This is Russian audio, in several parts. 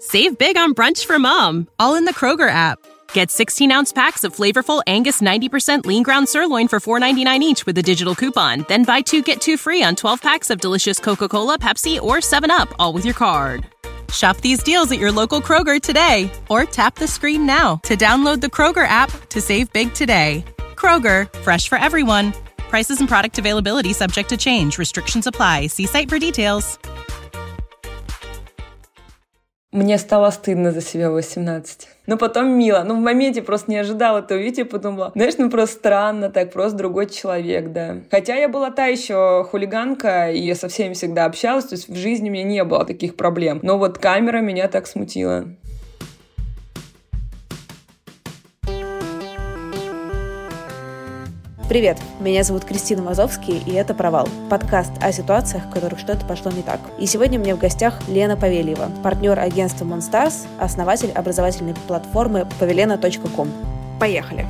Save big on brunch for mom, all in the Kroger app. Get 16-ounce packs of flavorful Angus 90% lean ground sirloin for $4.99 each with a digital coupon. Then buy 2, get 2 free on 12 packs of delicious Coca-Cola, Pepsi, or 7-Up, all with your card. Shop these deals at your local Kroger today, or tap the screen now to download the Kroger app to save big today. Kroger, fresh for everyone. Prices and product availability subject to change. Restrictions apply. See site for details. Мне стало стыдно за себя в 18. Но потом мило. В моменте просто не ожидала этого видео, подумала, знаешь, просто странно, так просто другой человек, да. Хотя я была та еще хулиганка, и я со всеми всегда общалась, то есть в жизни у меня не было таких проблем. Но вот камера меня так смутила. Привет, меня зовут Кристина Мазовский, и это «Провал» — подкаст о ситуациях, в которых что-то пошло не так. И сегодня у меня в гостях Лена Павельева, партнер агентства Monstars, основатель образовательной платформы Pavellena.com. Поехали!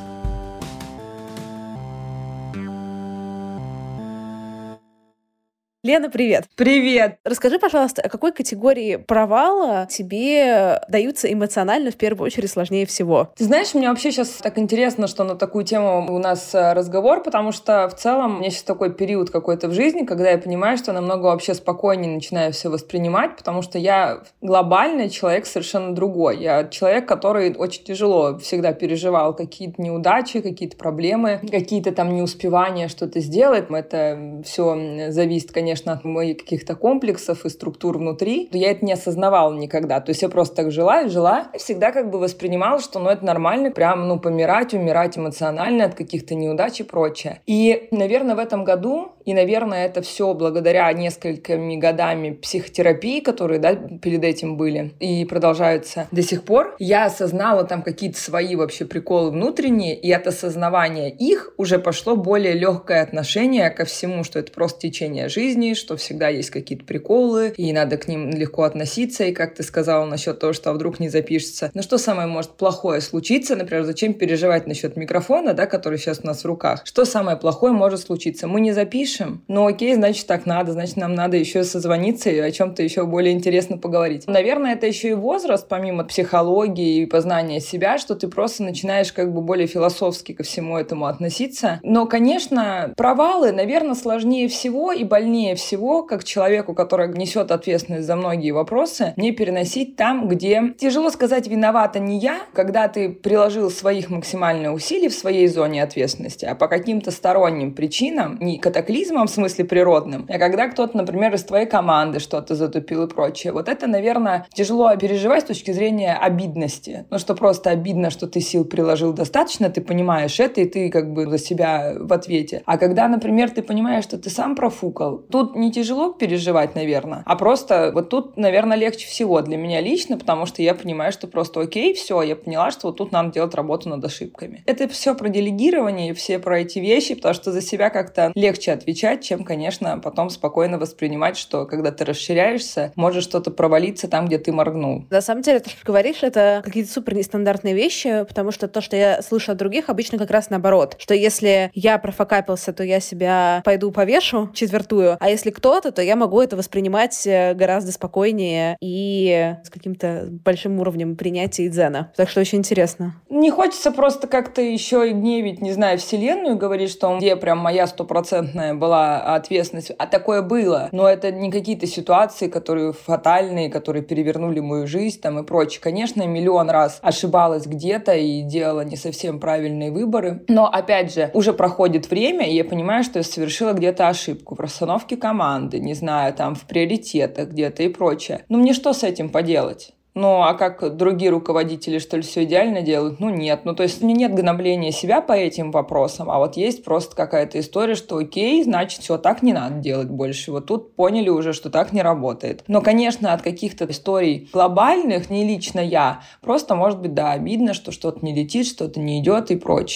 Лена, привет! Привет! Расскажи, пожалуйста, о какой категории провала тебе даются эмоционально в первую очередь сложнее всего? Ты знаешь, мне вообще сейчас так интересно, что на такую тему у нас разговор, потому что в целом у меня сейчас такой период какой-то в жизни, когда я понимаю, что намного вообще спокойнее начинаю все воспринимать, потому что я глобальный человек совершенно другой. Я человек, который очень тяжело всегда переживал какие-то неудачи, какие-то проблемы, какие-то там неуспевания что-то сделать. Это все зависит, конечно, от моих каких-то комплексов и структур внутри. Я это не осознавала никогда. То есть я просто так жила, и всегда воспринимала, что это нормально, прям помирать, умирать эмоционально от каких-то неудач и прочее. И, наверное, в этом году, и, наверное, это все благодаря несколькими годами психотерапии, которые, перед этим были и продолжаются до сих пор, я осознала там какие-то свои вообще приколы внутренние, и от осознавания их уже пошло более легкое отношение ко всему, что это просто течение жизни, что всегда есть какие-то приколы, и надо к ним легко относиться, и как ты сказала насчет того, что вдруг не запишется. Но что самое может плохое случиться? Например, зачем переживать насчет микрофона, который сейчас у нас в руках? Что самое плохое может случиться? Мы не запишем? Окей, значит так надо, значит нам надо еще созвониться и о чем-то еще более интересно поговорить. Наверное, это еще и возраст, помимо психологии и познания себя, что ты просто начинаешь более философски ко всему этому относиться. Но, конечно, провалы, наверное, сложнее всего и больнее всего, как человеку, который несет ответственность за многие вопросы, не переносить там, где, тяжело сказать, виновата не я, когда ты приложил своих максимальных усилий в своей зоне ответственности, а по каким-то сторонним причинам, не катаклизмам в смысле природным, а когда кто-то, например, из твоей команды что-то затупил и прочее. Вот это, наверное, тяжело переживать с точки зрения обидности. Что просто обидно, что ты сил приложил достаточно, ты понимаешь это, и ты за себя в ответе. А когда, например, ты понимаешь, что ты сам профукал, тут не тяжело переживать, наверное, а просто тут, наверное, легче всего для меня лично, потому что я понимаю, что просто окей, все, я поняла, что тут надо делать работу над ошибками. Это все про делегирование, все про эти вещи, потому что за себя как-то легче отвечать, чем, конечно, потом спокойно воспринимать, что когда ты расширяешься, может что-то провалиться там, где ты моргнул. На самом деле, то, что ты говоришь, это какие-то супер нестандартные вещи, потому что то, что я слышу от других, обычно как раз наоборот, что если я профокапился, то я себя пойду повешу четвертую, а если кто-то, то я могу это воспринимать гораздо спокойнее и с каким-то большим уровнем принятия и дзена. Так что очень интересно. Не хочется просто как-то еще и гневить, не знаю, вселенную, говорить, что где прям моя стопроцентная была ответственность. А такое было. Но это не какие-то ситуации, которые фатальные, которые перевернули мою жизнь и прочее. Конечно, миллион раз ошибалась где-то и делала не совсем правильные выборы. Но, опять же, уже проходит время, и я понимаю, что я совершила где-то ошибку в расстановке команды, не знаю, в приоритетах где-то и прочее. Мне что с этим поделать? А как другие руководители, что ли, все идеально делают? Нет. То есть у меня нет гнобления себя по этим вопросам, а есть просто какая-то история, что окей, значит, все, так не надо делать больше. Тут поняли уже, что так не работает. Но, конечно, от каких-то историй глобальных, не лично я, просто, может быть, обидно, что что-то не летит, что-то не идет и прочее.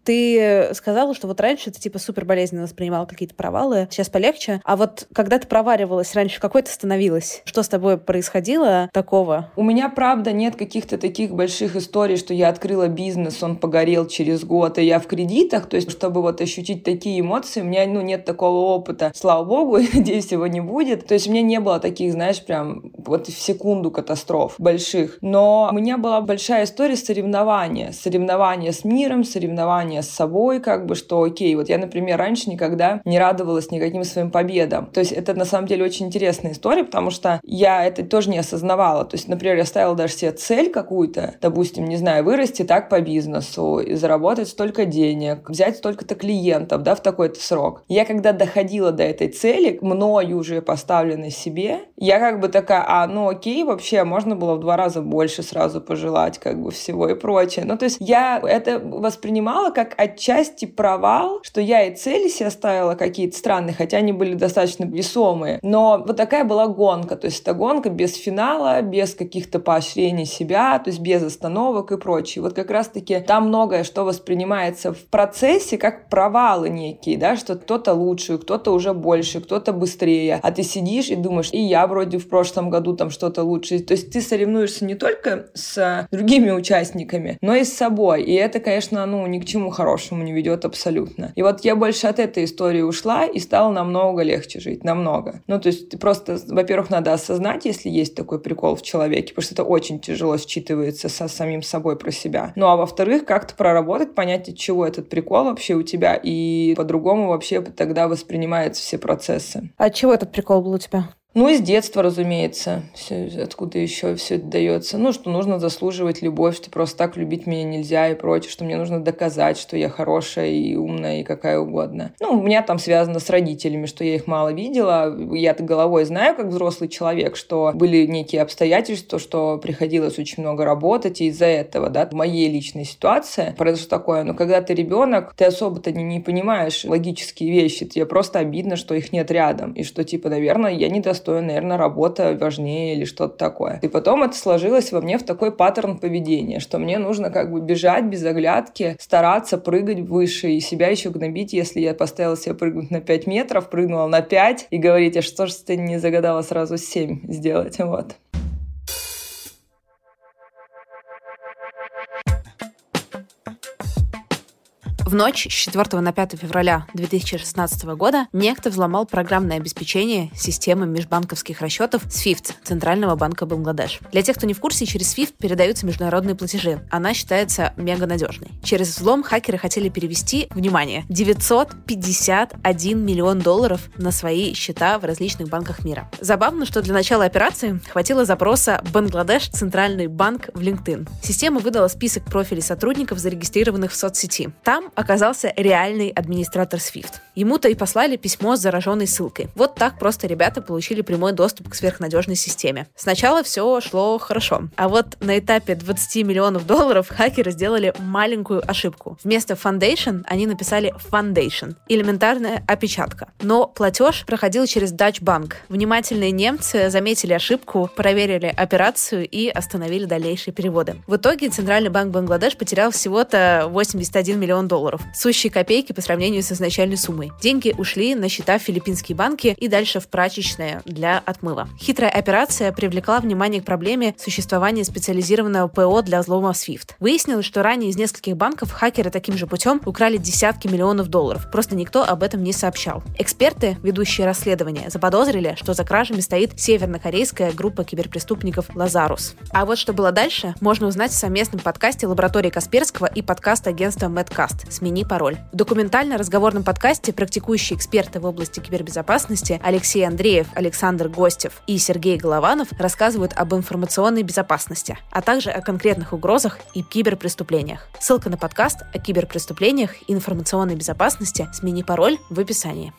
Ты сказала, что вот раньше ты типа супер болезненно воспринимала какие-то провалы, сейчас полегче. А вот когда ты проваливалась раньше, какой ты становилась? Что с тобой происходило такого? У меня, правда, нет каких-то таких больших историй, что я открыла бизнес, он погорел через год, и я в кредитах. То есть, чтобы вот ощутить такие эмоции, у меня, нет такого опыта. Слава богу, и надеюсь, его не будет. То есть, у меня не было таких, знаешь, прям вот в секунду катастроф больших. Но у меня была большая история соревнования. Соревнования с миром, соревнования с собой, как бы, что окей, вот я, например, раньше никогда не радовалась никаким своим победам. То есть это на самом деле очень интересная история, потому что я это тоже не осознавала. То есть, например, я ставила даже себе цель какую-то, допустим, не знаю, вырасти так по бизнесу и заработать столько денег, взять столько-то клиентов, да, в такой-то срок. Я когда доходила до этой цели, мною уже поставленной себе, я как бы такая, окей, вообще можно было в 2 раза больше сразу пожелать, как бы всего и прочее. То есть я это воспринимала как отчасти провал, что я и цели себе ставила какие-то странные, хотя они были достаточно весомые. Но вот такая была гонка. То есть это гонка без финала, без каких-то поощрений себя, то есть без остановок и прочее. Вот как раз-таки там многое, что воспринимается в процессе как провалы некие, да, что кто-то лучше, кто-то уже больше, кто-то быстрее. А ты сидишь и думаешь, и я вроде в прошлом году там что-то лучше. То есть ты соревнуешься не только с другими участниками, но и с собой. И это, конечно, ни к чему хорошему не ведет абсолютно. И вот я больше от этой истории ушла и стало намного легче жить, намного. То есть просто, во-первых, надо осознать, если есть такой прикол в человеке, потому что это очень тяжело считывается со самим собой про себя. А во-вторых, как-то проработать, понять, от чего этот прикол вообще у тебя, и по-другому вообще тогда воспринимаются все процессы. А от чего этот прикол был у тебя? Из детства, разумеется. Откуда еще все это дается? Что нужно заслуживать любовь, что просто так любить меня нельзя и прочее, что мне нужно доказать, что я хорошая и умная и какая угодно. У меня там связано с родителями, что я их мало видела. Я-то головой знаю, как взрослый человек, что были некие обстоятельства, что приходилось очень много работать, и из-за этого, да, в моей личной ситуации произошло такое. Но когда ты ребенок, ты особо-то не понимаешь логические вещи. Тебе просто обидно, что их нет рядом. И что, наверное, я недостойна, наверное, работа важнее или что-то такое. И потом это сложилось во мне в такой паттерн поведения, что мне нужно как бы бежать без оглядки, стараться прыгать выше и себя еще гнобить, если я поставила себе прыгнуть на 5 метров, прыгнула на 5 и говорить, а что же ты не загадала сразу 7 сделать, вот. В ночь с 4 на 5 февраля 2016 года некто взломал программное обеспечение системы межбанковских расчетов SWIFT Центрального банка Бангладеш. Для тех, кто не в курсе, через SWIFT передаются международные платежи. Она считается мега надежной. Через взлом хакеры хотели перевести, внимание, $951 миллион на свои счета в различных банках мира. Забавно, что для начала операции хватило запроса «Бангладеш Центральный банк» в LinkedIn. Система выдала список профилей сотрудников, зарегистрированных в соцсети. Там оказался реальный администратор SWIFT. Ему-то и послали письмо с зараженной ссылкой. Вот так просто ребята получили прямой доступ к сверхнадежной системе. Сначала все шло хорошо. А вот на этапе $20 миллионов хакеры сделали маленькую ошибку. Вместо Foundation они написали Foundation. Элементарная опечатка. Но платеж проходил через Dutch Bank. Внимательные немцы заметили ошибку, проверили операцию и остановили дальнейшие переводы. В итоге Центральный банк Бангладеш потерял всего-то $81 миллион. Сущие копейки по сравнению с изначальной суммой. Деньги ушли на счета в филиппинские банки и дальше в прачечные для отмыва. Хитрая операция привлекла внимание к проблеме существования специализированного ПО для взлома SWIFT. Выяснилось, что ранее из нескольких банков хакеры таким же путем украли десятки миллионов долларов. Просто никто об этом не сообщал. Эксперты, ведущие расследование, заподозрили, что за кражами стоит севернокорейская группа киберпреступников Lazarus. А вот что было дальше, можно узнать в совместном подкасте лаборатории Касперского и подкаста агентства Madcast «Смени пароль». В документально-разговорном подкасте практикующие эксперты в области кибербезопасности Алексей Андреев, Александр Гостев и Сергей Голованов рассказывают об информационной безопасности, а также о конкретных угрозах и киберпреступлениях. Ссылка на подкаст о киберпреступлениях и информационной безопасности «Смени пароль» в описании.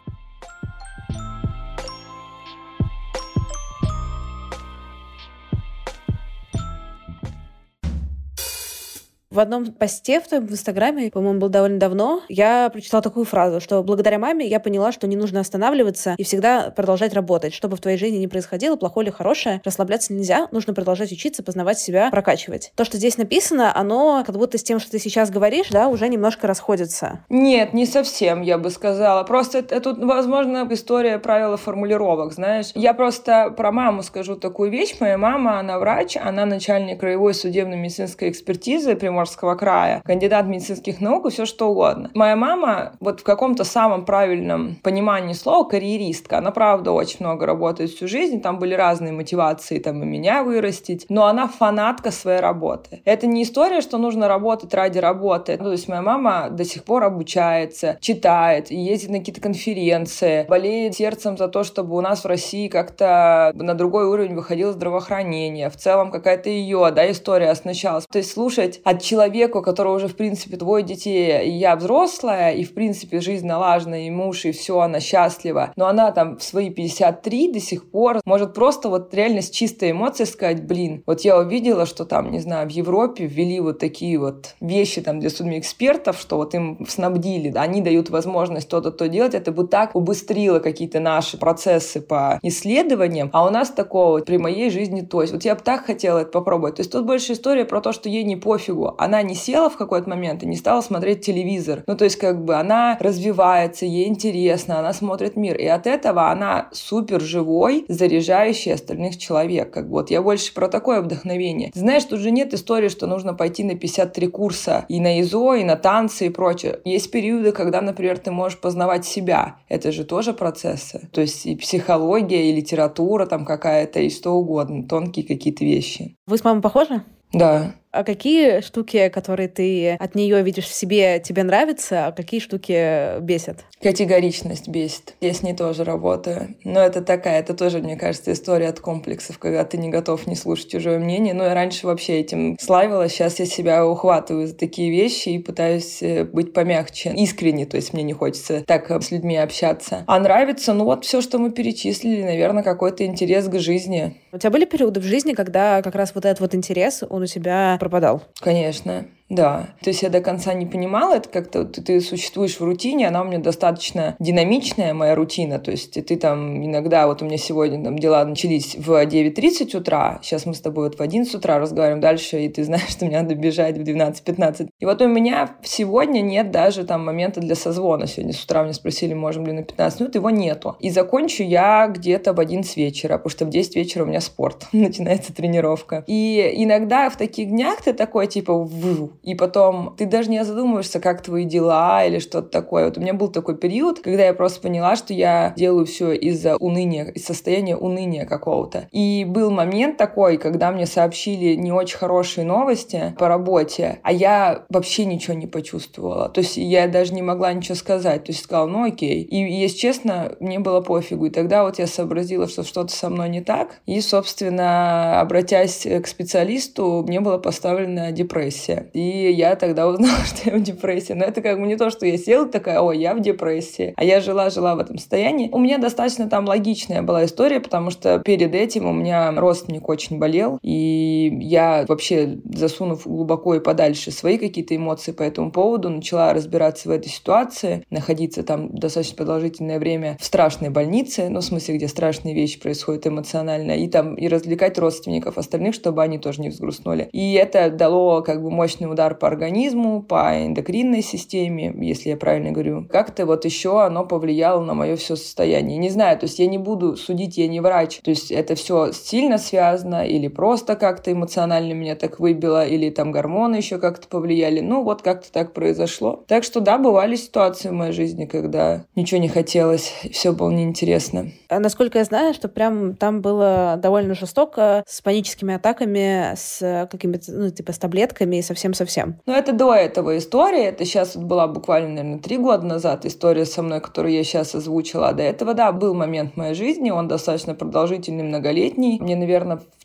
В одном посте в твоем Инстаграме, по-моему, был довольно давно, я прочитала такую фразу, что благодаря маме я поняла, что не нужно останавливаться и всегда продолжать работать. Что бы в твоей жизни ни происходило, плохое или хорошее, расслабляться нельзя, нужно продолжать учиться, познавать себя, прокачивать. То, что здесь написано, оно как будто с тем, что ты сейчас говоришь, да, уже немножко расходится. Нет, не совсем, я бы сказала. Просто тут, возможно, история правила формулировок, знаешь. Я просто про маму скажу такую вещь. Моя мама, она врач, она начальник краевой судебно-медицинской экспертизы Приморского края, кандидат медицинских наук и все что угодно. Моя мама вот в каком-то самом правильном понимании слова карьеристка. Она, правда, очень много работает всю жизнь. Там были разные мотивации, там и меня вырастить. Но она фанатка своей работы. Это не история, что нужно работать ради работы. Ну, то есть моя мама до сих пор обучается, читает, ездит на какие-то конференции, болеет сердцем за то, чтобы у нас в России как-то на другой уровень выходило здравоохранение. В целом какая-то ее, да, история оснащалась. То есть слушать от человека, у которого уже, в принципе, двое детей, и я взрослая, и, в принципе, жизнь налажена, и муж, и все, она счастлива. Но она там в свои 53 до сих пор может просто вот реально с чистой эмоцией сказать, блин, вот я увидела, что там, не знаю, в Европе ввели вот такие вот вещи там для судмедэкспертов, что вот им снабдили, да, они дают возможность то-то делать, это бы так убыстрило какие-то наши процессы по исследованиям, а у нас такого при моей жизни, то есть вот я бы так хотела это попробовать. То есть тут больше история про то, что ей не пофигу. Она не села в какой-то момент и не стала смотреть телевизор. Ну, то есть как бы она развивается, ей интересно, она смотрит мир. И от этого она супер живой, заряжающий остальных человек. Как бы вот я больше про такое вдохновение. Ты знаешь, тут же нет истории, что нужно пойти на 53 курса и на ИЗО, и на танцы, и прочее. Есть периоды, когда, например, ты можешь познавать себя. Это же тоже процессы. То есть и психология, и литература там какая-то, и что угодно. Тонкие какие-то вещи. Вы с мамой похожи? Да. А какие штуки, которые ты от нее видишь в себе, тебе нравятся, а какие штуки бесят? Категоричность бесит. Я с ней тоже работаю. Но это тоже, мне кажется, история от комплексов, когда ты не готов не слушать чужое мнение. Ну, я раньше вообще этим славилась. Сейчас я себя ухватываю за такие вещи и пытаюсь быть помягче, искренне. То есть мне не хочется так с людьми общаться. А нравится, ну вот все, что мы перечислили, наверное, какой-то интерес к жизни. У тебя были периоды в жизни, когда как раз вот этот вот интерес, он у тебя пропадал? Конечно. Да. То есть я до конца не понимала, это как-то ты существуешь в рутине, она у меня достаточно динамичная, моя рутина. То есть ты там иногда, вот у меня сегодня там дела начались в 9:30 утра, сейчас мы с тобой вот в 11 утра разговариваем дальше, и ты знаешь, что мне надо бежать в 12:15. И вот у меня сегодня нет даже там момента для созвона. Сегодня с утра меня спросили, можем ли на 15 минут, его нету. И закончу я где-то в 11 вечера, потому что в 10 вечера у меня спорт, начинается тренировка. И иногда в таких днях ты такой типа и потом ты даже не задумываешься, как твои дела или что-то такое. Вот у меня был такой период, когда я просто поняла, что я делаю все из-за уныния, из состояния уныния какого-то. И был момент такой, когда мне сообщили не очень хорошие новости по работе, а я вообще ничего не почувствовала. То есть я даже не могла ничего сказать. То есть сказала, ну окей. И, если честно, мне было пофигу. И тогда вот я сообразила, что что-то со мной не так. И, собственно, обратясь к специалисту, мне была поставлена депрессия. И я тогда узнала, что я в депрессии. Но это как бы не то, что я села такая, ой, я в депрессии. А я жила в этом состоянии. У меня достаточно там логичная была история, потому что перед этим у меня родственник очень болел. И я вообще, засунув глубоко и подальше свои какие-то эмоции по этому поводу, начала разбираться в этой ситуации, находиться там достаточно продолжительное время в страшной больнице, ну, в смысле, где страшные вещи происходят эмоционально, и там и развлекать родственников остальных, чтобы они тоже не взгрустнули. И это дало как бы мощный удар по организму, по эндокринной системе, если я правильно говорю. Как-то вот еще оно повлияло на мое все состояние. Не знаю, то есть я не буду судить, я не врач. То есть это все сильно связано или просто как-то эмоционально меня так выбило, или там гормоны еще как-то повлияли. Ну вот как-то так произошло. Так что да, бывали ситуации в моей жизни, когда ничего не хотелось, все было неинтересно. А насколько я знаю, что прям там было довольно жестоко, с паническими атаками, с какими-то, ну, типа с таблетками и совсем-совсем. Но это до этого история. Это сейчас вот была буквально, наверное, 3 года назад история со мной, которую я сейчас озвучила. А до этого, да, был момент в моей жизни, он достаточно продолжительный, многолетний. Мне, наверное, в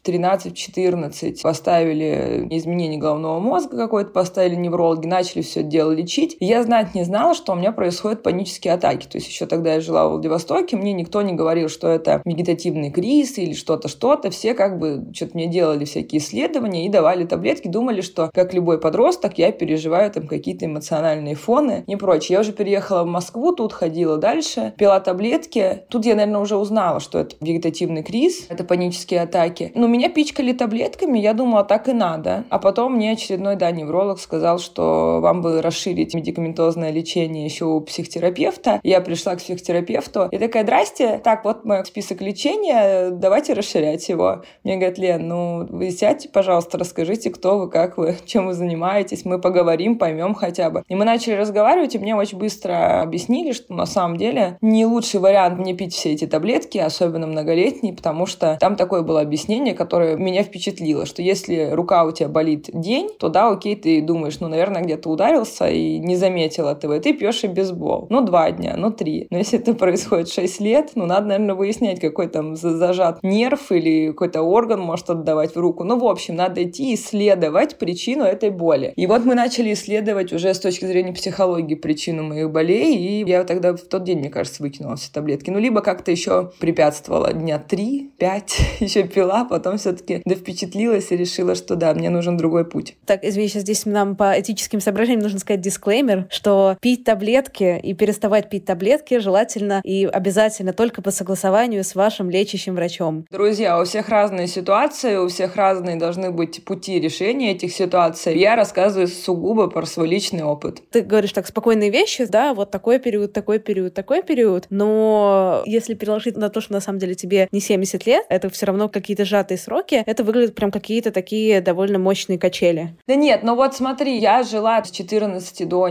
13-14 поставили изменение головного мозга какое-то, поставили неврологи, начали все это дело лечить. И я знать не знала, что у меня происходят панические атаки. То есть еще тогда я жила в Владивостоке, мне никто не говорил, что это вегетативный криз или что-то. Все как бы что-то мне делали всякие исследования и давали таблетки, думали, что, как любой подросток, я переживаю там какие-то эмоциональные фоны и прочее. Я уже переехала в Москву, тут ходила дальше, пила таблетки. Тут я, наверное, уже узнала, что это вегетативный криз, это панические атаки. Но меня пичкали таблетками, я думала, так и надо. А потом мне очередной, невролог сказал, что вам бы расширить медикаментозное лечение еще у психотерапевта. Я пришла к психотерапевту и такая: здрасте, так, вот мой список лечения, давайте расширять его. Мне говорят: Лен, вы сядьте, пожалуйста, расскажите, кто вы, как вы, чем вы занимаетесь, мы поговорим, поймем хотя бы. И мы начали разговаривать, и мне очень быстро объяснили, что на самом деле не лучший вариант мне пить все эти таблетки, особенно многолетние, потому что там такое было объяснение, которое меня впечатлило, что если рука у тебя болит день, то окей, ты думаешь, наверное, где-то ударился и не заметил этого, и ты пьешь и бейсбол. 2 дня, 3. Но если это происходит 6 лет, надо, наверное, выяснять, какой там зажат нерв или какой-то орган может отдавать в руку. В общем, надо идти исследовать причину этой боли. И вот мы начали исследовать уже с точки зрения психологии причину моих болей, и я тогда в тот день, мне кажется, выкинула все таблетки. Либо как-то еще препятствовала дня 3-5, еще пила, потом все-таки впечатлилась и решила, что мне нужен другой путь. Так, извини, сейчас здесь нам по этическим соображениям нужно сказать дисклеймер, что пить таблетки и переставать пить таблетки желательно и обязательно только по согласованию с вашим лечащим врачом. Друзья, у всех разные ситуации, у всех разные должны быть пути решения этих ситуаций. Я рассказываю сугубо про свой личный опыт. Ты говоришь так спокойные вещи, вот такой период, такой период, такой период, но если переложить на то, что на самом деле тебе не 70 лет, это все равно какие-то сжатые сроки, это выглядит прям какие-то такие довольно мощные качели. Да нет, смотри, я жила с 14 до,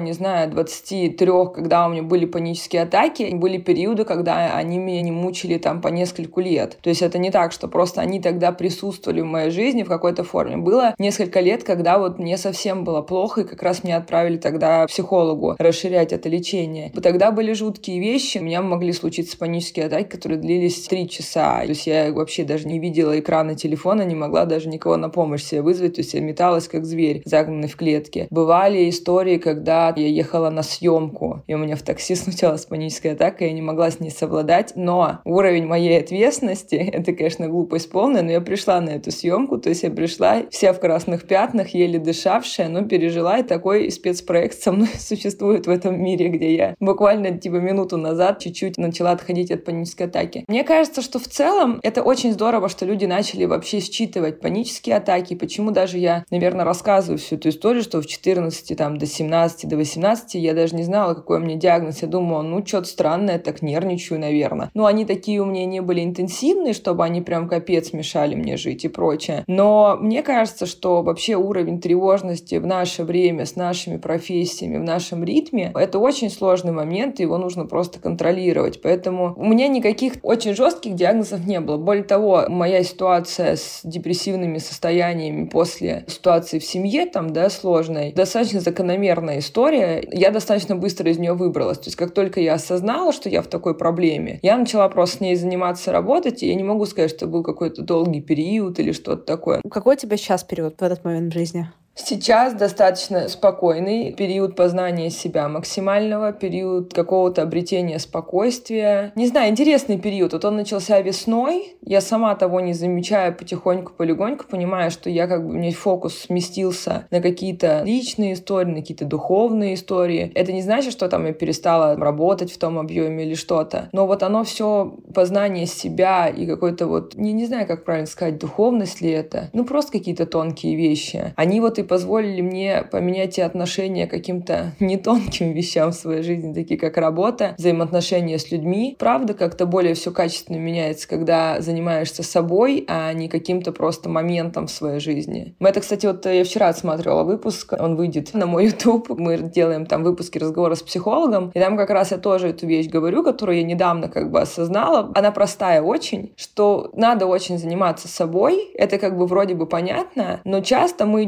23, когда у меня были панические атаки, были периоды, когда они меня не мучили по нескольку лет. То есть это не так, что просто они тогда присутствовали в моей жизни в какой-то форме. Было несколько лет, когда мне совсем было плохо, и как раз меня отправили тогда к психологу расширять это лечение. Тогда были жуткие вещи. У меня могли случиться панические атаки, которые длились 3 часа. То есть я вообще даже не видела экрана телефона, не могла даже никого на помощь себе вызвать. То есть я металась как зверь, загнанный в клетке. Бывали истории, когда я ехала на съемку, и у меня в такси случалась паническая атака, и я не могла с ней совладать. Но уровень моей ответственности, это, конечно, глупость полная, но я пришла на эту съемку, то есть я пришла вся в красных пятнах, еле дышавшая, но пережила, и такой спецпроект со мной существует в этом мире, где я буквально минуту назад чуть-чуть начала отходить от панической атаки. Мне кажется, что в целом это очень здорово, что люди начали вообще считывать панические атаки, почему даже я, наверное, рассказываю всю эту историю, что в 14, до 17, до 18 я даже не знала, какой у меня диагноз. Я думала, что-то странное, так нервничаю, наверное. Они такие у меня не были интенсивные, чтобы они прям капец мешали мне жить и прочее. Но мне кажется, что вообще уровень тревожности в наше время с нашими профессиями, в нашем ритме, это очень сложный момент, и его нужно просто контролировать. Поэтому у меня никаких очень жестких диагнозов не было. Более того, моя ситуация с депрессивными состояниями после ситуации в семье, сложной, достаточно закономерная история. Я достаточно быстро из нее выбралась. То есть как только я осознала, что я в такой проблеме, я начала просто с ней заниматься, работать, и я не могу сказать, что был какой-то долгий период или что-то такое. Какой у тебя сейчас период в этот момент в жизни? Сейчас достаточно спокойный период познания себя максимального, период какого-то обретения спокойствия. Не знаю, интересный период. Он начался весной. Я сама того не замечая, потихоньку, полегоньку понимаю, что у меня фокус сместился на какие-то личные истории, на какие-то духовные истории. Это не значит, что я перестала работать в том объеме или что-то. Но оно все познание себя и какой-то не знаю, как правильно сказать, духовность ли это. Просто какие-то тонкие вещи. Они и позволили мне поменять и отношения к каким-то нетонким вещам в своей жизни, такие как работа, взаимоотношения с людьми. Правда, как-то более все качественно меняется, когда занимаешься собой, а не каким-то просто моментом в своей жизни. Это, кстати, я вчера отсматривала выпуск, он выйдет на мой YouTube. Мы делаем там выпуски разговора с психологом, и там как раз я тоже эту вещь говорю, которую я недавно осознала. Она простая очень, что надо очень заниматься собой. Это вроде бы понятно, но часто мы идем к психологу,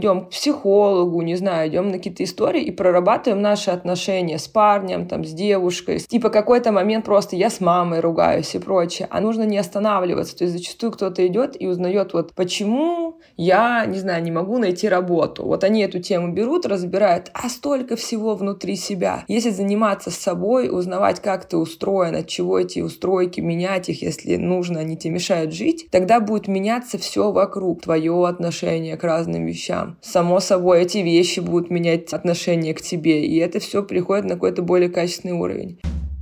психологу, не знаю, идем на какие-то истории и прорабатываем наши отношения с парнем, там, с девушкой. Типа какой-то момент просто я с мамой ругаюсь и прочее. А нужно не останавливаться. То есть зачастую кто-то идет и узнает, вот почему я, не знаю, не могу найти работу. Вот они эту тему берут, разбирают, а столько всего внутри себя. Если заниматься с собой, узнавать, как ты устроен, от чего эти устройки, менять их, если нужно, они тебе мешают жить, тогда будет меняться все вокруг. Твое отношение к разным вещам. Само собой, эти вещи будут менять отношение к тебе. И это все приходит на какой-то более качественный уровень.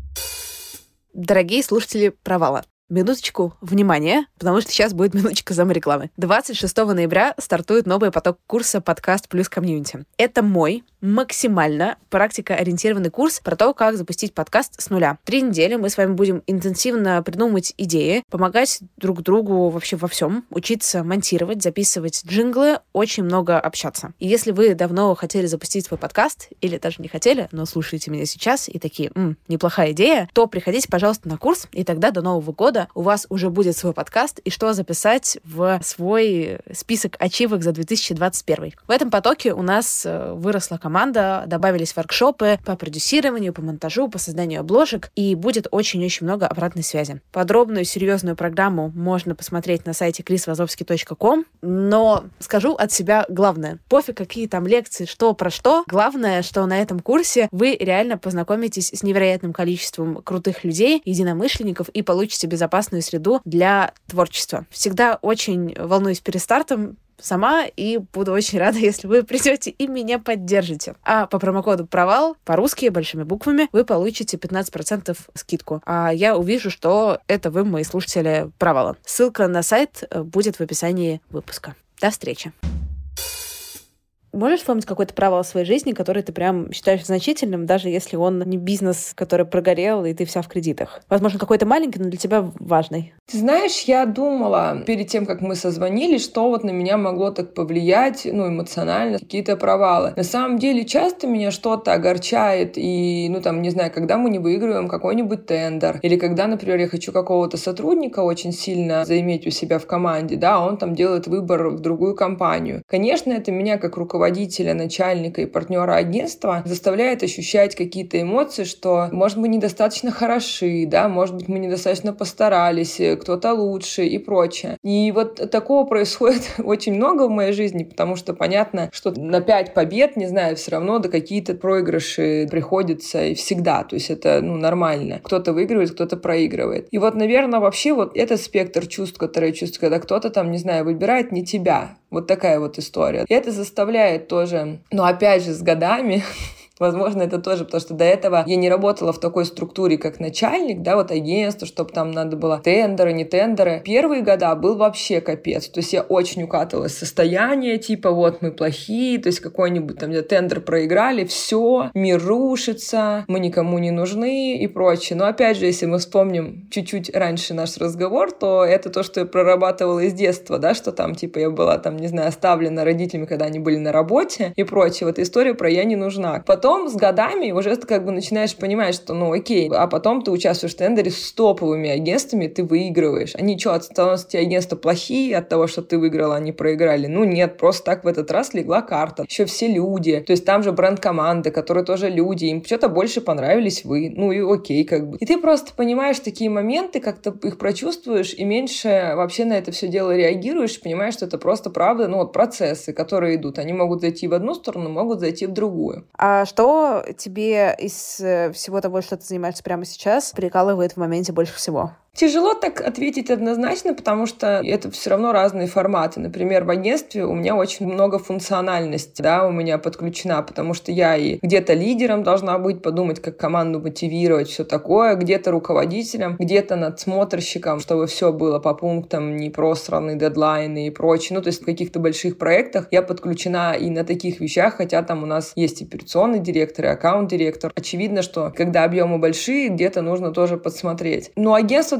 Дорогие слушатели «Провала», минуточку внимания, потому что сейчас будет минуточка саморекламы. 26 ноября стартует новый поток курса «Подкаст плюс комьюнити». Это мой максимально практикоориентированный курс про то, как запустить подкаст с нуля. 3 недели мы с вами будем интенсивно придумывать идеи, помогать друг другу вообще во всем, учиться монтировать, записывать джинглы, очень много общаться. И если вы давно хотели запустить свой подкаст, или даже не хотели, но слушаете меня сейчас и такие, неплохая идея, то приходите, пожалуйста, на курс, и тогда до Нового года у вас уже будет свой подкаст, и что записать в свой список ачивок за 2021. В этом потоке у нас выросла команда, добавились воркшопы по продюсированию, по монтажу, по созданию обложек, и будет очень-очень много обратной связи. Подробную, серьезную программу можно посмотреть на сайте chrisvazovsky.com, но скажу от себя главное. Пофиг, какие там лекции, что про что. Главное, что на этом курсе вы реально познакомитесь с невероятным количеством крутых людей, единомышленников и получите безопасную среду для творчества. Всегда очень волнуюсь перед стартом сама и буду очень рада, если вы придете и меня поддержите. А по промокоду «Провал» по-русски большими буквами вы получите 15% скидку. А я увижу, что это вы, мои слушатели «Провала». Ссылка на сайт будет в описании выпуска. До встречи! Можешь вспомнить какой-то провал в своей жизни, который ты прям считаешь значительным, даже если он не бизнес, который прогорел, и ты вся в кредитах? Возможно, какой-то маленький, но для тебя важный. Ты знаешь, я думала перед тем, как мы созвонились, что вот на меня могло так повлиять, эмоционально, какие-то провалы. На самом деле, часто меня что-то огорчает, и, не знаю, когда мы не выигрываем какой-нибудь тендер, или когда, например, я хочу какого-то сотрудника очень сильно заиметь у себя в команде, да, он там делает выбор в другую компанию. Конечно, это меня как руководителя, начальника и партнера агентства заставляет ощущать какие-то эмоции, что, может, мы недостаточно хороши, да, может быть, мы недостаточно постарались, кто-то лучше и прочее. И вот такого происходит очень много в моей жизни, потому что понятно, что на 5 побед, не знаю, все равно до какие-то проигрыши приходится и всегда. То есть это, нормально. Кто-то выигрывает, кто-то проигрывает. И вот, наверное, вообще вот этот спектр чувств, которые я чувствую, когда кто-то там, не знаю, выбирает не тебя. Вот такая вот история. И это заставляет тоже, опять же, с годами Возможно, это тоже, потому что до этого я не работала в такой структуре, как начальник, да, вот агентство, чтобы там надо было тендеры, не тендеры. Первые года был вообще капец. То есть я очень укатывалась в состояние, типа, вот мы плохие, то есть какой-нибудь там, где тендер проиграли, все, мир рушится, мы никому не нужны и прочее. Но опять же, если мы вспомним чуть-чуть раньше наш разговор, то это то, что я прорабатывала из детства, да, что там, типа, я была там, не знаю, оставлена родителями, когда они были на работе и прочее. Вот история про «я не нужна». Потом с годами уже как бы начинаешь понимать, что окей, а потом ты участвуешь в тендере с топовыми агентствами, ты выигрываешь. Они что, становятся те агентства плохие от того, что ты выиграла, они проиграли? Нет, просто так в этот раз легла карта. Еще все люди. То есть там же бренд команды, которые тоже люди, им что-то больше понравились вы. И окей, как бы. И ты просто понимаешь такие моменты, как-то их прочувствуешь и меньше вообще на это все дело реагируешь, понимаешь, что это просто правда, процессы, которые идут. Они могут зайти в одну сторону, могут зайти в другую. А что тебе из всего того, что ты занимаешься прямо сейчас, прикалывает в моменте больше всего? Тяжело так ответить однозначно, потому что это все равно разные форматы. Например, в агентстве у меня очень много функциональности, да, у меня подключена, потому что я и где-то лидером должна быть, подумать, как команду мотивировать, все такое, где-то руководителем, где-то надсмотрщиком, чтобы все было по пунктам, не просраны дедлайны и прочее. То есть в каких-то больших проектах я подключена и на таких вещах, хотя там у нас есть операционный директор и аккаунт-директор. Очевидно, что когда объемы большие, где-то нужно тоже подсмотреть. Но агентство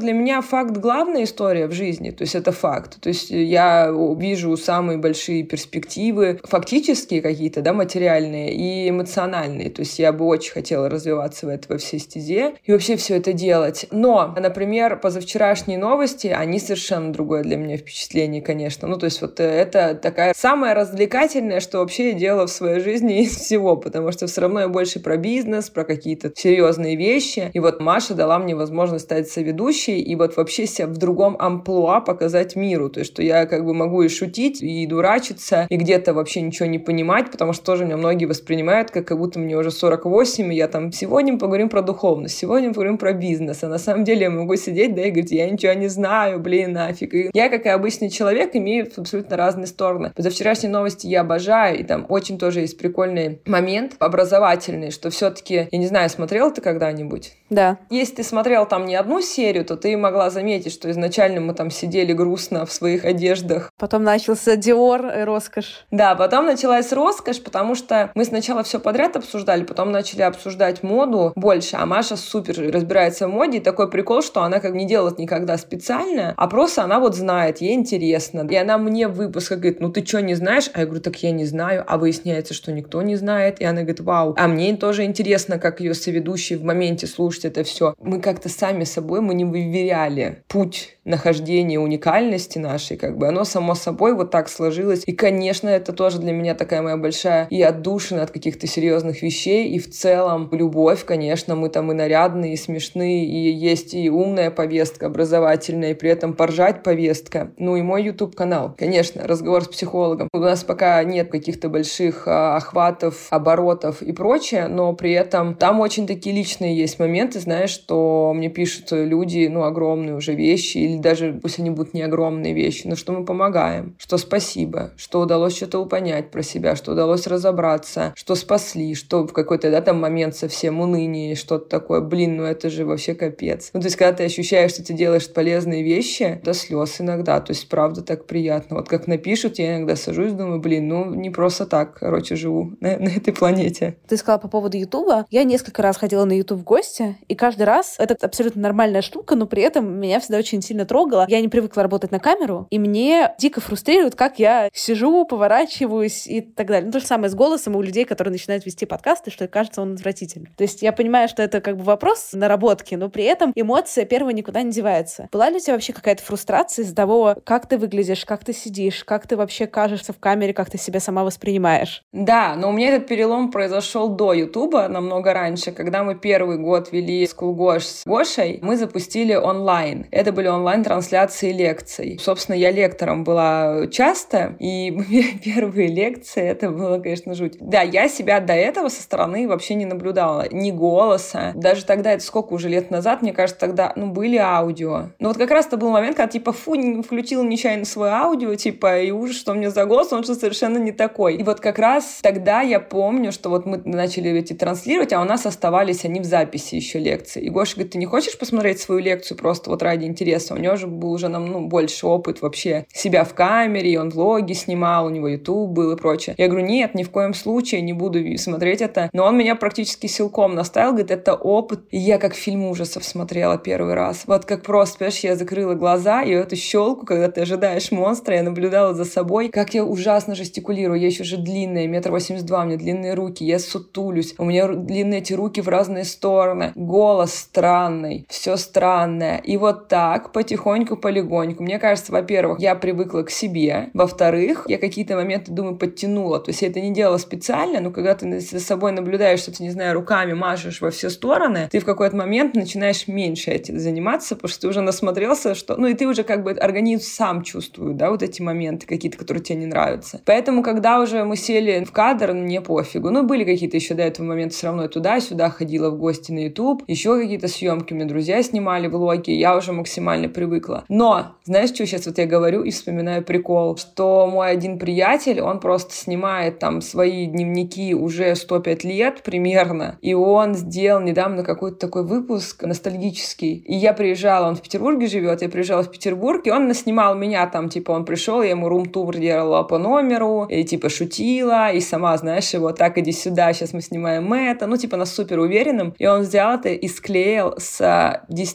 для меня факт — главная история в жизни, то есть это факт. То есть я вижу самые большие перспективы, фактические какие-то, да, материальные и эмоциональные. То есть я бы очень хотела развиваться во всей стезе и вообще все это делать. Но, например, позавчерашние новости, они совершенно другое для меня впечатление, конечно. Ну, то есть вот это такая самая развлекательная, что вообще я делала в своей жизни из всего, потому что все равно я больше про бизнес, про какие-то серьезные вещи. И вот Маша дала мне возможность стать соведущей и вот вообще себя в другом амплуа показать миру. То есть, что я как бы могу и шутить, и дурачиться, и где-то вообще ничего не понимать, потому что тоже меня многие воспринимают, как будто мне уже 48, и я там сегодня мы поговорим про духовность, сегодня мы поговорим про бизнес. А на самом деле я могу сидеть, да, и говорить, я ничего не знаю, блин, нафиг. И я, как и обычный человек, имею абсолютно разные стороны. Позавчерашние новости я обожаю, и там очень тоже есть прикольный момент образовательный, что все-таки, я не знаю, смотрел ты когда-нибудь? Да. Если ты смотрел там не одну серию, то ты могла заметить, что изначально мы там сидели грустно в своих одеждах. Потом начался Dior, роскошь. Да, потом началась роскошь, потому что мы сначала все подряд обсуждали, потом начали обсуждать моду больше, а Маша супер разбирается в моде, и такой прикол, что она как не делает никогда специально, а просто она вот знает, ей интересно. И она мне в выпусках говорит, ну ты что, не знаешь? А я говорю, так я не знаю, а выясняется, что никто не знает. И она говорит, вау. А мне тоже интересно, как ее соведущий в моменте слушать это все. Мы как-то сами собой, мы не выверяли путь нахождения уникальности нашей, как бы оно само собой вот так сложилось. И, конечно, это тоже для меня такая моя большая и отдушина от каких-то серьезных вещей, и в целом любовь, конечно, мы там и нарядные, и смешные, и есть и умная повестка образовательная, и при этом поржать повестка. Ну и мой YouTube-канал, конечно, разговор с психологом. У нас пока нет каких-то больших охватов, оборотов и прочее, но при этом там очень такие личные есть моменты, знаешь, что мне пишут люди, ну, огромные уже вещи, или даже пусть они будут не огромные вещи, но что мы помогаем, что спасибо, что удалось что-то понять про себя, что удалось разобраться, что спасли, что в какой-то, да, там момент совсем уныние, что-то такое, блин, ну это же вообще капец. Ну, то есть, когда ты ощущаешь, что ты делаешь полезные вещи, до слез иногда, то есть, правда, так приятно. Вот как напишут, я иногда сажусь, думаю, блин, ну, не просто так, короче, живу на этой планете. Ты сказала по поводу Ютуба. Я несколько раз ходила на Ютуб в гости, и каждый раз это абсолютно нормальная штука, но при этом меня всегда очень сильно трогало. Я не привыкла работать на камеру, и мне дико фрустрирует, как я сижу, поворачиваюсь и так далее. Ну, то же самое с голосом у людей, которые начинают вести подкасты, что кажется, он отвратительный. То есть я понимаю, что это как бы вопрос наработки, но при этом эмоция первая никуда не девается. Была ли у тебя вообще какая-то фрустрация из-за того, как ты выглядишь, как ты сидишь, как ты вообще кажешься в камере, как ты себя сама воспринимаешь? Да, но у меня этот перелом произошел до Ютуба, намного раньше. Когда мы первый год вели School Gosh с Гошей, мы запустили онлайн. Это были онлайн-трансляции лекций. Собственно, я лектором была часто, и первые лекции, это было, конечно, жуть. Да, я себя до этого со стороны вообще не наблюдала. Ни голоса. Даже тогда, это сколько уже лет назад, мне кажется, тогда, были аудио. Но вот как раз это был момент, когда, типа, включила нечаянно свое аудио, типа, и ужас, что у меня за голос, он же совершенно не такой. И вот как раз тогда я помню, что вот мы начали эти транслировать, а у нас оставались они в записи еще лекции. И Гоша говорит, ты не хочешь посмотреть свою лекцию просто вот ради интереса? У него же был уже больше опыт вообще себя в камере, и он влоги снимал, у него YouTube был и прочее. Я говорю, нет, ни в коем случае не буду смотреть это. Но он меня практически силком наставил, говорит, это опыт. И я как фильм ужасов смотрела первый раз. Вот как просто, понимаешь, я закрыла глаза, и эту щелку, когда ты ожидаешь монстра, я наблюдала за собой, как я ужасно жестикулирую. Я еще же длинная, 1,82 м, у меня длинные руки, я сутулюсь, у меня длинные эти руки в разные стороны, голос странный, все странное. И вот так, потихоньку, полегоньку. Мне кажется, во-первых, я привыкла к себе, во-вторых, я какие-то моменты, думаю, подтянула. То есть я это не делала специально, но когда ты за собой наблюдаешь, что ты, не знаю, руками машешь во все стороны, ты в какой-то момент начинаешь меньше этим заниматься, потому что ты уже насмотрелся, что... и ты уже как бы организм сам чувствует, да, вот эти моменты какие-то, которые тебе не нравятся. Поэтому, когда уже мы сели в кадр, мне пофигу. Были какие-то еще до этого момента, все равно я туда-сюда ходила в гости на YouTube, еще какие-то съемки, мне друзья снимали влоги, я уже максимально привыкла. Но, знаешь, что сейчас вот я говорю и вспоминаю прикол, что мой один приятель, он просто снимает там свои дневники уже 105 лет примерно, и он сделал недавно какой-то такой выпуск ностальгический. И я приезжала, он в Петербурге живет, я приезжала в Петербург, и он наснимал меня там, типа, он пришел, я ему рум-тур делала по номеру, и типа шутила, и сама, знаешь, его так, иди сюда, сейчас мы снимаем это, типа, на супер уверенным. И он взял это и склеил с 10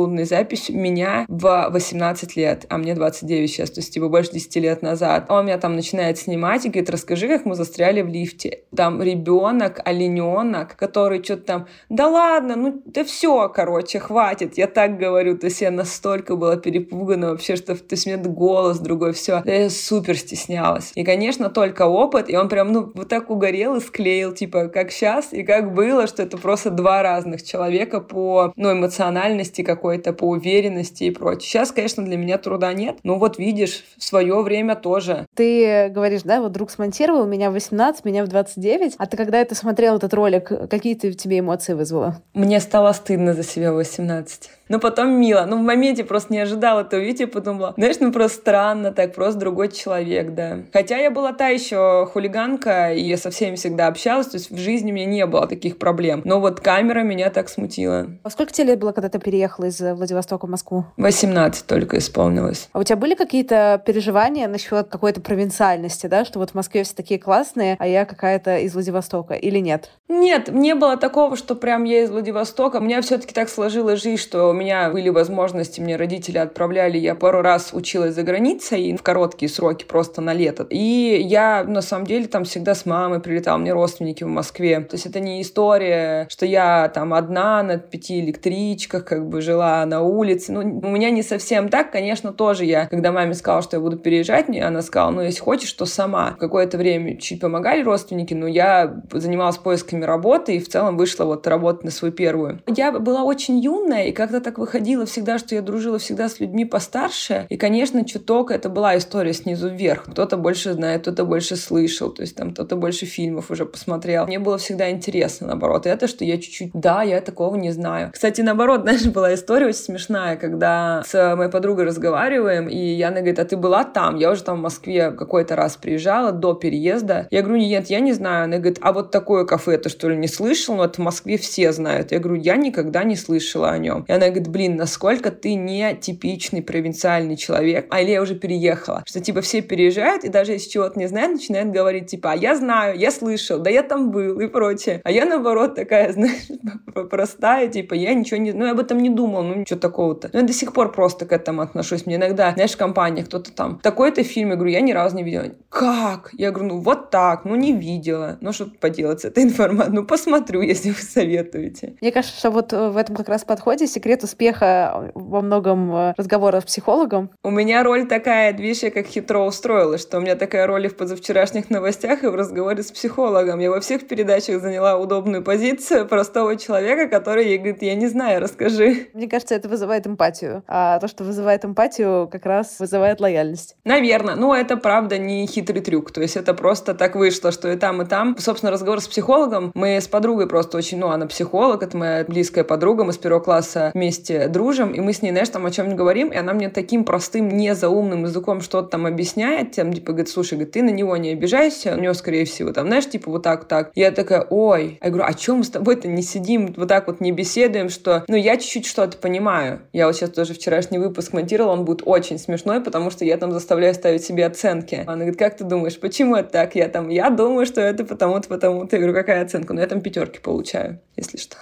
секундной запись меня в 18 лет, а мне 29 сейчас, то есть типа больше 10 лет назад. Он меня там начинает снимать и говорит: расскажи, как мы застряли в лифте. Там ребенок, олененок, который что-то там: да ладно, ну да все, короче, хватит. Я так говорю, то есть я настолько была перепугана вообще, что то есть у меня голос другой, все. Я супер стеснялась. И, конечно, только опыт, и он прям, ну, вот так угорел и склеил, типа, как сейчас и как было, что это просто два разных человека по, ну, эмоциональности какой-то, по уверенности и прочее. Сейчас, конечно, для меня труда нет, но вот видишь, в свое время тоже. Ты говоришь, да, вот друг смонтировал, меня в 18, меня в 29, а ты когда это смотрел, этот ролик, какие ты в тебе эмоции вызвала? Мне стало стыдно за себя в 18. Но потом мило. Ну, в моменте просто не ожидала этого видеть, я подумала, знаешь, ну просто странно так, просто другой человек, да. Хотя я была та еще хулиганка, и я со всеми всегда общалась, то есть в жизни у меня не было таких проблем. Но вот камера меня так смутила. А сколько тебе лет было, когда ты переехала из Владивостока в Москву? 18 только исполнилось. А у тебя были какие-то переживания насчет какой-то провинциальности, да, что вот в Москве все такие классные, а я какая-то из Владивостока, или нет? Нет, не было такого, что прям я из Владивостока. У меня все-таки так сложилась жизнь, что у меня были возможности, мне родители отправляли, я пару раз училась за границей в короткие сроки, просто на лето. И я, на самом деле, там всегда с мамой прилетала, мне родственники в Москве. То есть это не история, что я там одна на 5 электричках как бы жила на улице. Ну, у меня не совсем так, конечно, тоже я, когда маме сказала, что я буду переезжать, она сказала: ну, если хочешь, то сама. Какое-то время чуть помогали родственники, но я занималась поисками работы и в целом вышла вот работать на свою первую. Я была очень юная, и как-то так выходило всегда, что я дружила всегда с людьми постарше. И, конечно, чуток это была история снизу вверх. Кто-то больше знает, кто-то больше слышал, то есть там кто-то больше фильмов уже посмотрел. Мне было всегда интересно, наоборот. Это, что я чуть-чуть, да, я такого не знаю. Кстати, наоборот, знаешь, была история очень смешная, когда с моей подругой разговариваем, и Яна говорит: а ты была там? Я уже там в Москве какой-то раз приезжала до переезда. Я говорю: нет, я не знаю. Она говорит: а вот такое кафе ты что ли не слышал? Ну, это в Москве все знают. Я говорю: я никогда не слышала о нем. И она говорит: блин, насколько ты не типичный провинциальный человек. А или я уже переехала. Что типа все переезжают, и даже если чего-то не знают, начинают говорить типа: а я знаю, я слышал, да я там был и прочее. А я наоборот такая, знаешь, простая, типа я ничего не... Ну, я об этом не думала, ну ничего такого-то. Но я до сих пор просто к этому отношусь. Мне иногда, знаешь, в компании кто-то там: такой-то фильм, я говорю: я ни разу не видела. Как? Я говорю: ну вот так, ну не видела. Ну что поделать с этой информацией? Ну посмотрю, если вы советуете. Мне кажется, что вот в этом как раз подходе секрет успеха во многом разговора с психологом. У меня роль такая, видишь, я как хитро устроилась, что у меня такая роль и в позавчерашних новостях, и в разговоре с психологом. Я во всех передачах заняла удобную позицию простого человека, который ей говорит: я не знаю, расскажи. Мне кажется, это вызывает эмпатию. А то, что вызывает эмпатию, как раз вызывает лояльность. Наверное. Ну, это правда не хитрый трюк. То есть это просто так вышло, что и там, и там. Собственно, разговор с психологом. Мы с подругой просто очень... Ну, она психолог, это моя близкая подруга. Мы с первого класса вместе дружим, и мы с ней, знаешь, там о чем-нибудь говорим, и она мне таким простым, не заумным языком что-то там объясняет. Тем, типа, говорит: слушай, говорит, ты на него не обижайся, у него, скорее всего, там, знаешь, типа, вот так, так. Я такая: ой. Я говорю: а чем мы с тобой-то не сидим, вот так вот не беседуем, что... Ну, я чуть-чуть что-то понимаю. Я вот сейчас тоже вчерашний выпуск монтировала, он будет очень смешной, потому что я там заставляю ставить себе оценки. Она говорит: как ты думаешь, почему это так? Я думаю, что это потому-то, потому-то. Я говорю: какая оценка? Ну, я там 5 получаю, если что.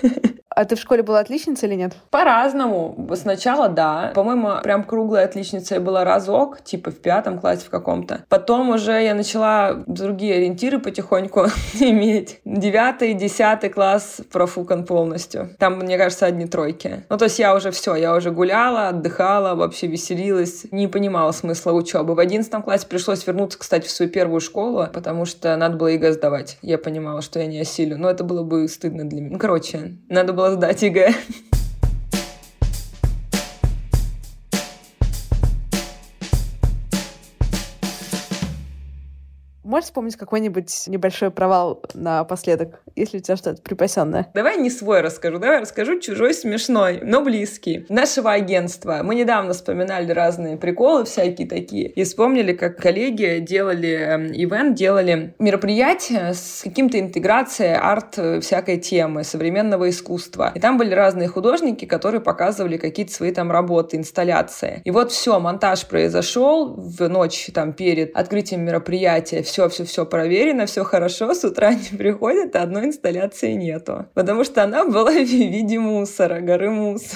А ты в школе была отличницей или нет? По-разному. Сначала да. По-моему, прям круглая отличница я была разок, типа в 5 классе в каком-то. Потом уже я начала другие ориентиры потихоньку иметь. 9, 10 класс профукан полностью. Там, мне кажется, одни тройки. Ну, то есть я уже все, я уже гуляла, отдыхала, вообще веселилась, не понимала смысла учебы. В 11 классе пришлось вернуться, кстати, в свою первую школу, потому что надо было ЕГЭ сдавать. Я понимала, что я не осилю. Но это было бы стыдно для меня. Ну, короче, надо было сдать ЕГЭ. Можешь вспомнить какой-нибудь небольшой провал напоследок, если у тебя что-то припасенное? Давай не свой расскажу, давай расскажу чужой смешной, но близкий. Нашего агентства. Мы недавно вспоминали разные приколы всякие такие. И вспомнили, как коллеги делали ивент, делали мероприятие с каким-то интеграцией арт всякой темы, современного искусства. И там были разные художники, которые показывали какие-то свои там работы, инсталляции. И вот все, монтаж произошел в ночь там перед открытием мероприятия. Все проверено, все хорошо, с утра они приходят, а одной инсталляции нету. Потому что она была в виде мусора, горы мусора.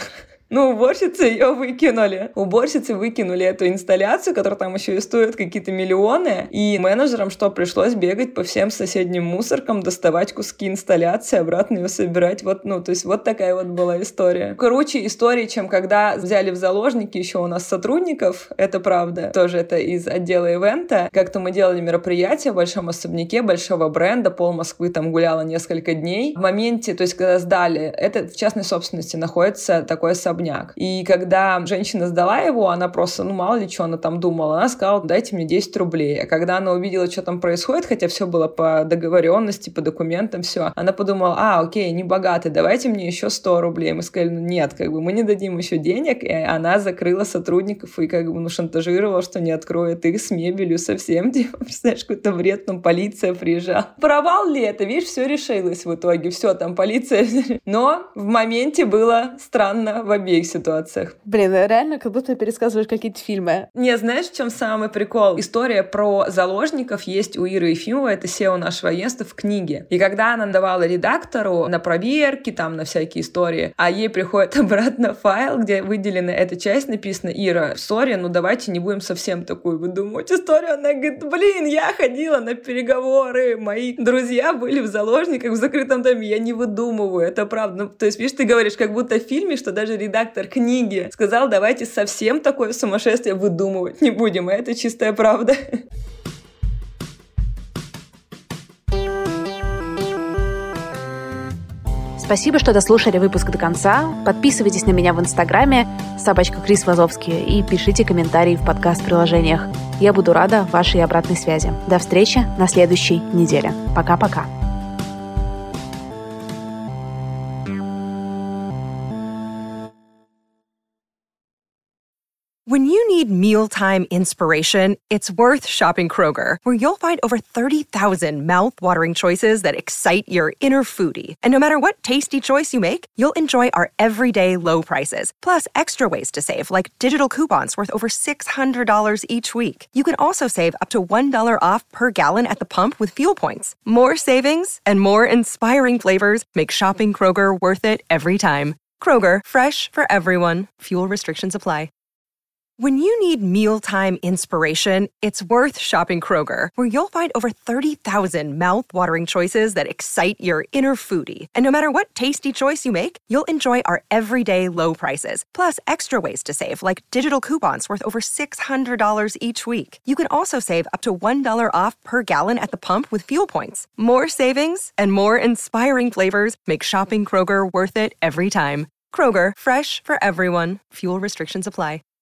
Ну, уборщицы ее выкинули. Уборщицы выкинули эту инсталляцию, которая там еще и стоит какие-то миллионы. И менеджерам что, пришлось бегать по всем соседним мусоркам, доставать куски инсталляции, обратно ее собирать. Вот, ну, то есть вот такая вот была история. Круче истории, чем когда взяли в заложники еще у нас сотрудников, это правда. Тоже это из отдела ивента. Как-то мы делали мероприятие в большом особняке, большого бренда, пол Москвы там гуляла несколько дней. В моменте, то есть когда сдали, это в частной собственности находится такой особняк. И когда женщина сдала его, она просто, ну, мало ли, что она там думала, она сказала, дайте мне 10 рублей. А когда она увидела, что там происходит, хотя все было по договоренности, по документам, все, она подумала, окей, не богатый, давайте мне еще 100 рублей. Мы сказали, ну, нет, как бы мы не дадим еще денег, и она закрыла сотрудников и как бы, ну, шантажировала, что не откроет их с мебелью совсем, типа, представляешь, какой-то бред, там полиция приезжала. Провал ли это? Видишь, все решилось в итоге, все, там полиция. Но в моменте было странно в обеих ситуациях. Блин, реально, как будто пересказываешь какие-то фильмы. Не, знаешь, в чем самый прикол? История про заложников есть у Иры Ефимовой, это SEO нашего агентства, в книге. И когда она давала редактору на проверки, там, на всякие истории, а ей приходит обратно файл, где выделена эта часть, написано: Ира, сори, ну давайте не будем совсем такую выдумывать историю. Она говорит, блин, я ходила на переговоры, мои друзья были в заложниках в закрытом доме, я не выдумываю, это правда. Ну, то есть, видишь, ты говоришь, как будто в фильме, что даже редактор книги сказал, давайте совсем такое сумасшествие выдумывать не будем, а это чистая правда. Спасибо, что дослушали выпуск до конца. Подписывайтесь на меня в Инстаграме @KrisVazovsky и пишите комментарии в подкаст-приложениях. Я буду рада вашей обратной связи. До встречи на следующей неделе. Пока-пока. When you need mealtime inspiration, it's worth shopping Kroger, where you'll find over 30,000 mouth-watering choices that excite your inner foodie. And no matter what tasty choice you make, you'll enjoy our everyday low prices, plus extra ways to save, like digital coupons worth over $600 each week. You can also save up to $1 off per gallon at the pump with fuel points. More savings and more inspiring flavors make shopping Kroger worth it every time. Kroger, fresh for everyone. Fuel restrictions apply. When you need mealtime inspiration, it's worth shopping Kroger, where you'll find over 30,000 mouth-watering choices that excite your inner foodie. And no matter what tasty choice you make, you'll enjoy our everyday low prices, plus extra ways to save, like digital coupons worth over $600 each week. You can also save up to $1 off per gallon at the pump with fuel points. More savings and more inspiring flavors make shopping Kroger worth it every time. Kroger, fresh for everyone. Fuel restrictions apply.